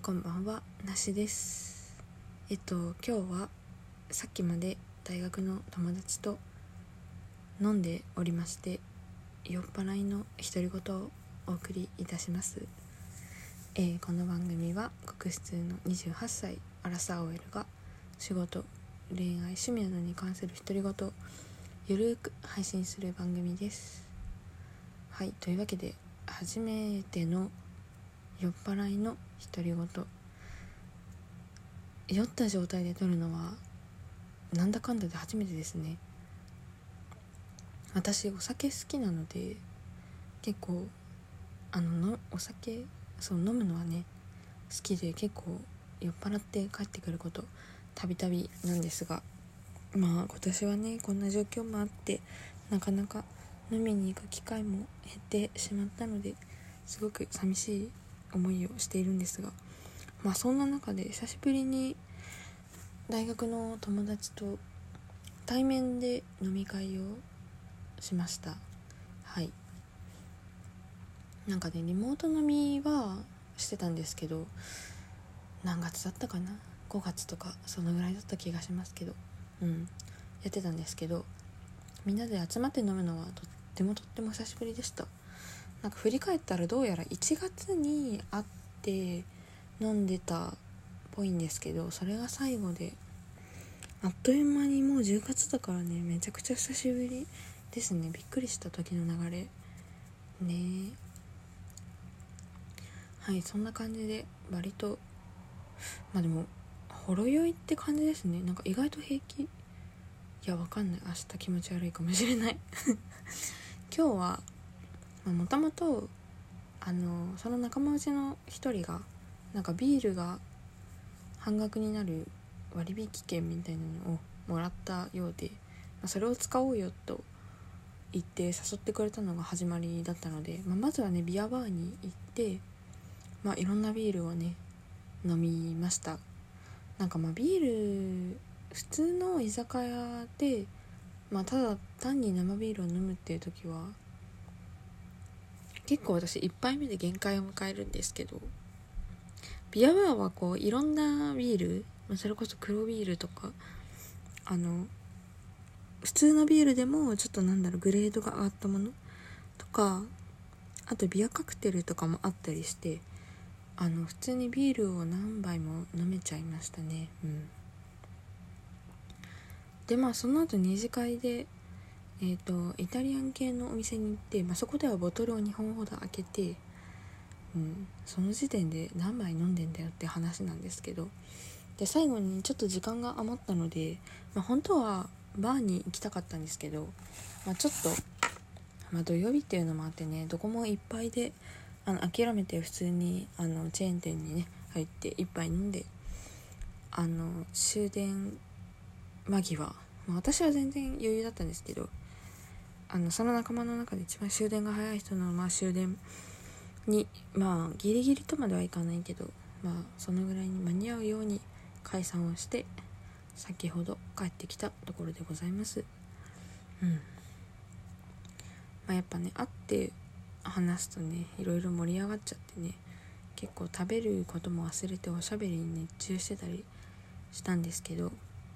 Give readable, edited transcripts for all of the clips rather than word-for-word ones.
こんばんは、なしです。今日はさっきまで大学の友達と飲んでおりまして、酔っ払いの独り言をお送りいたします。この番組はごく普通の28歳アラサー OL が仕事、恋愛、趣味などに関する独り言をゆるーく配信する番組です。はい、というわけで初めての酔っ払いの独り言。酔った状態で撮るのはなんだかんだで初めてですね。私お酒好きなので結構お酒飲むのはね好きで、結構酔っ払って帰ってくることたびたびなんですが、今年はねこんな状況もあってなかなか飲みに行く機会も減ってしまったので、すごく寂しい思いをしているんですが、そんな中で久しぶりに大学の友達と対面で飲み会をしました。はい、なんかねリモート飲みはしてたんですけど、何月だったかな、5月とかそのぐらいだった気がしますけど、やってたんですけど、みんなで集まって飲むのはとっても久しぶりでした。なんか振り返ったらどうやら1月に会って飲んでたっぽいんですけど、それが最後で、あっという間にもう10月だからね、めちゃくちゃ久しぶりですね。びっくりした時の流れね。はい、そんな感じで割とでもほろ酔いって感じですね。なんか意外と平気。いやわかんない、明日気持ち悪いかもしれない今日はもともとその仲間内の一人がなんかビールが半額になる割引券みたいなのをもらったようで、それを使おうよと言って誘ってくれたのが始まりだったので、まずはねビアバーに行って、いろんなビールをね飲みました。なんかビール普通の居酒屋で、ただ単に生ビールを飲むっていう時は結構私1杯目で限界を迎えるんですけど、ビアバーはこういろんなビール、それこそ黒ビールとか普通のビールでもちょっとグレードが上がったものとか、あとビアカクテルとかもあったりして、普通にビールを何杯も飲めちゃいましたね。でその後二次会でイタリアン系のお店に行って、そこではボトルを2本ほど開けて、その時点で何杯飲んでんだよって話なんですけど、で最後にちょっと時間が余ったので、本当はバーに行きたかったんですけど、ちょっと、土曜日っていうのもあってね、どこもいっぱいで諦めて普通にチェーン店にね入って一杯飲んで、終電間際、私は全然余裕だったんですけど、その仲間の中で一番終電が早い人の終電にギリギリとまではいかないけど、そのぐらいに間に合うように解散をして先ほど帰ってきたところでございます。やっぱね会って話すとねいろいろ盛り上がっちゃってね、結構食べることも忘れておしゃべりに熱中してたりしたんですけど、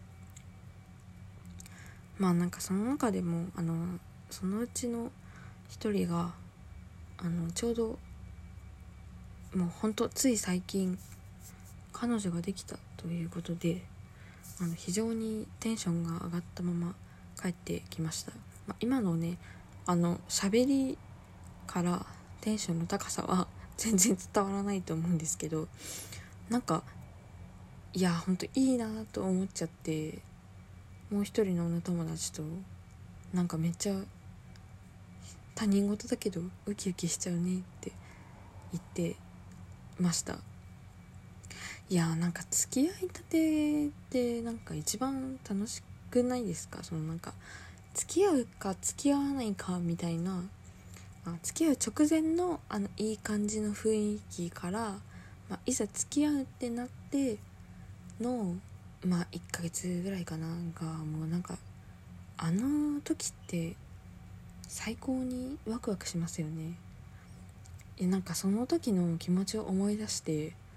なんかその中でもそのうちの一人がちょうどもうほんとつい最近彼女ができたということで、非常にテンションが上がったまま帰ってきました。今のね喋りからテンションの高さは全然伝わらないと思うんですけど、なんかいやほんといいなと思っちゃって、もう一人の女友達となんかめっちゃ他人事だけどウキウキしちゃうねって言ってました。いやなんか付き合いたてってなんか一番楽しくないですか？なんか付き合うか付き合わないかみたいな、付き合う直前のいい感じの雰囲気から、いざ付き合うってなっての1ヶ月ぐらいかながもうなんか時って最高にワクワクしますよね。なんかその時の気持ちを思い出して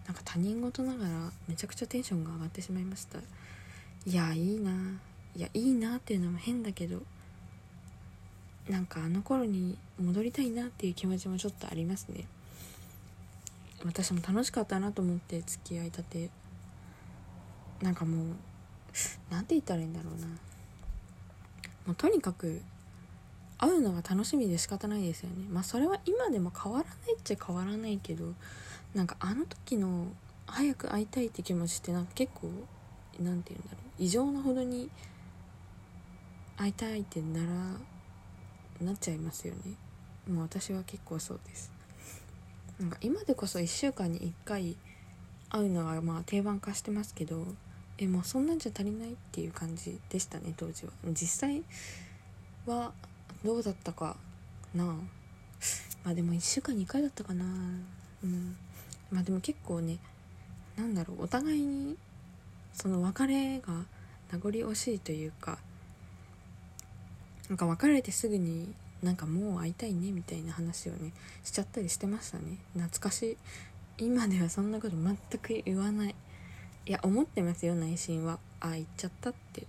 なんか他人事ながらめちゃくちゃテンションが上がってしまいました。いやいいな、いやいいなっていうのも変だけど、なんかあの頃に戻りたいなっていう気持ちもちょっとありますね。私も楽しかったなと思って、付き合いたて、なんかもうなんて言ったらいいんだろうな、もうとにかく会うのが楽しみで仕方ないですよね。まあそれは今でも変わらないっちゃ変わらないけど、なんかあの時の早く会いたいって気持ちってなんか結構なんて言うんだろう、異常なほどに会いたいってなっちゃいますよね。もう私は結構そうです。なんか今でこそ1週間に1回会うのがまあ定番化してますけど、もうそんなんじゃ足りないっていう感じでしたね、当時は。実際はどうだったかな。まあでも1週間に1回だったかな。まあでも結構ね、なんだろう、お互いにその別れが名残惜しいというか、なんか別れてすぐになんかもう会いたいねみたいな話をねしちゃったりしてましたね。懐かしい。今ではそんなこと全く言わない。いや思ってますよ、内心は。言っちゃったって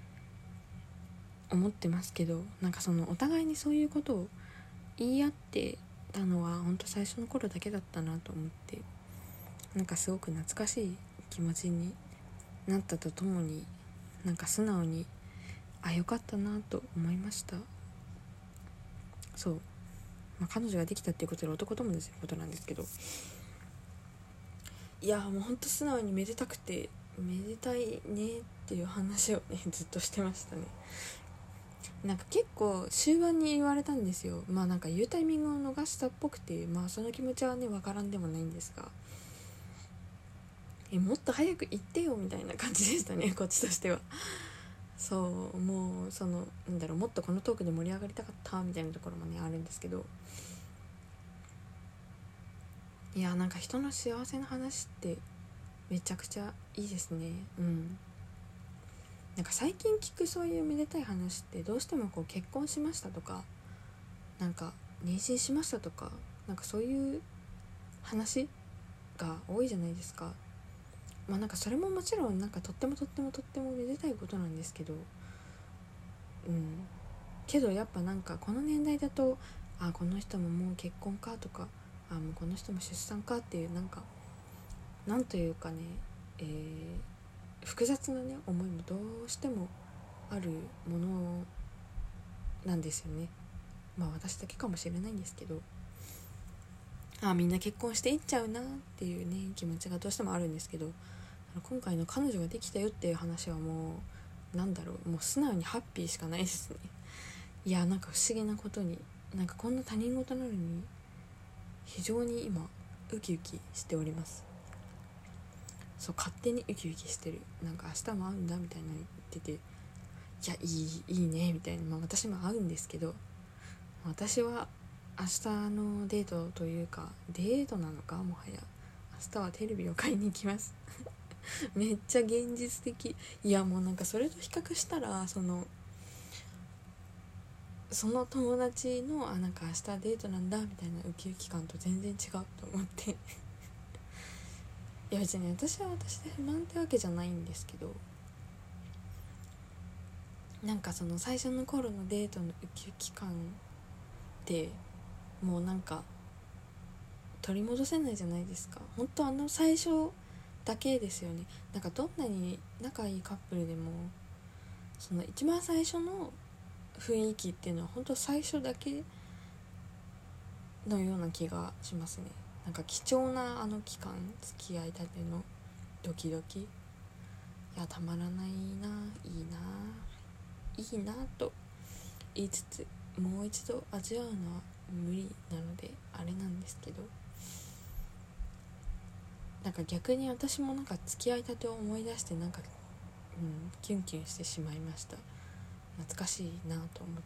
思ってますけど、なんかそのお互いにそういうことを言い合ってたのは本当最初の頃だけだったなと思って、なんかすごく懐かしい気持ちになったとともに、なんか素直に良かったなと思いました。そう、まあ、彼女ができたっていうことで男友達のことなんですけど、いやもうほんと素直にめでたくて、めでたいねっていう話をねずっとしてましたね。なんか結構終盤に言われたんですよ。まあなんか言うタイミングを逃したっぽくて、まあその気持ちはねわからんでもないんですが、もっと早く言ってよみたいな感じでしたね、こっちとしては。そう、もうそのなんだろう、もっとこのトークで盛り上がりたかったみたいなところもねあるんですけど、いやなんか人の幸せな話ってめちゃくちゃいいですね。なんか最近聞くそういうめでたい話ってどうしてもこう結婚しましたとか、なんか妊娠しましたとか、なんかそういう話が多いじゃないですか。まあなんかそれももちろんなんかとってもめでたいことなんですけど、けどやっぱなんかこの年代だと、この人ももう結婚かとか、もうこの人も出産かっていう、なんかなんというかね、複雑なね思いもどうしてもあるものなんですよね。まあ私だけかもしれないんですけど、みんな結婚していっちゃうなっていうね気持ちがどうしてもあるんですけど、今回の彼女ができたよっていう話はもうなんだろう、もう素直にハッピーしかないですね。いやなんか不思議なことに、なんかこんな他人事なのに非常に今ウキウキしております。そう、勝手にウキウキしてる。なんか明日も会うんだみたいなの言ってて、いやいいねみたいな、まあ私も会うんですけど、私は明日のデートというか、デートなのか、もはや明日はテレビを買いに行きますめっちゃ現実的。いやもうなんかそれと比較したら、その友達のなんか明日デートなんだみたいなウキウキ感と全然違うと思っていや別に私は私で不満ってわけじゃないんですけど、なんかその最初の頃のデートのウキウキ感ってもうなんか取り戻せないじゃないですか。本当最初だけですよね。なんかどんなに仲いいカップルでも、その一番最初の雰囲気っていうのは本当最初だけのような気がしますね。なんか貴重な期間、付き合いたてのドキドキ、いやたまらないな、いいなと言いつつ、もう一度味わうのは無理なのであれなんですけど、なんか逆に私もなんか付き合いたてを思い出してなんか、キュンキュンしてしまいました。懐かしいなと思って。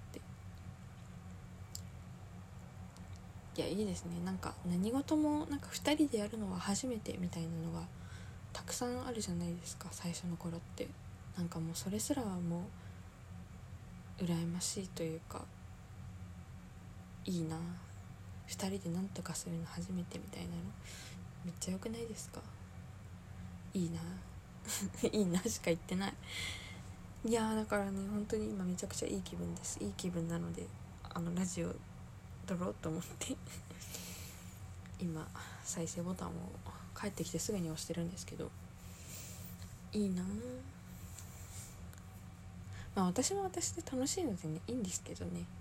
いやいいですね。なんか何事もなんか2人でやるのは初めてみたいなのがたくさんあるじゃないですか、最初の頃って。なんかもうそれすらはもう羨ましいというか、いいな、2人でなんとかするの初めてみたいなのめっちゃ良くないですか。 いいないいなしか言ってない。いやだからね本当に今めちゃくちゃいい気分です。いい気分なのでラジオ撮ろうと思って今再生ボタンを帰ってきてすぐに押してるんですけど、いいな。まあ私も私で楽しいのでねいいんですけどね。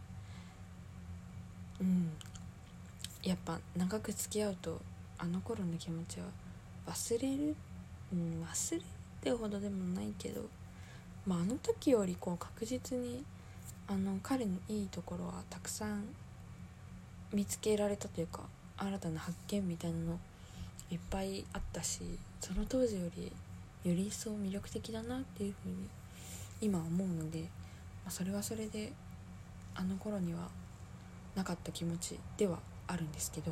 やっぱ長く付き合うとあの頃の気持ちは忘れる、忘れるってほどでもないけど、あの時よりこう確実に彼のいいところはたくさん見つけられたというか、新たな発見みたいなのいっぱいあったし、その当時よりより一層魅力的だなっていうふうに今思うので、それはそれであの頃にはなかった気持ちではあるんですけど、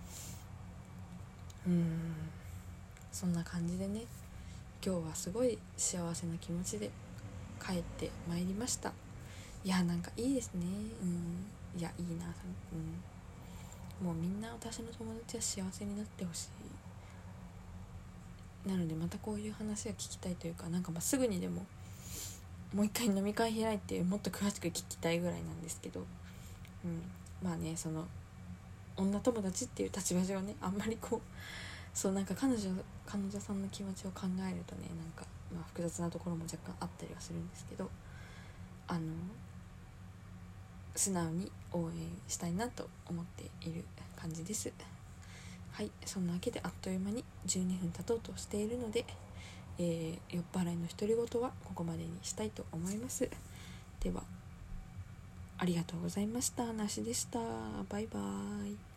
そんな感じでね、今日はすごい幸せな気持ちで帰ってまいりました。いやなんかいいですね。いやいいな。もうみんな私の友達は幸せになってほしい。なのでまたこういう話が聞きたいというか、すぐにでももう一回飲み会開いてもっと詳しく聞きたいぐらいなんですけど、その女友達っていう立場上ね、あんまりこう彼女さんの気持ちを考えるとね、複雑なところも若干あったりはするんですけど、素直に応援したいなと思っている感じです。はい、そんなわけであっという間に12分経とうとしているので、酔っ払いの独り言はここまでにしたいと思います。ではありがとうございました。なしでした。バイバーイ。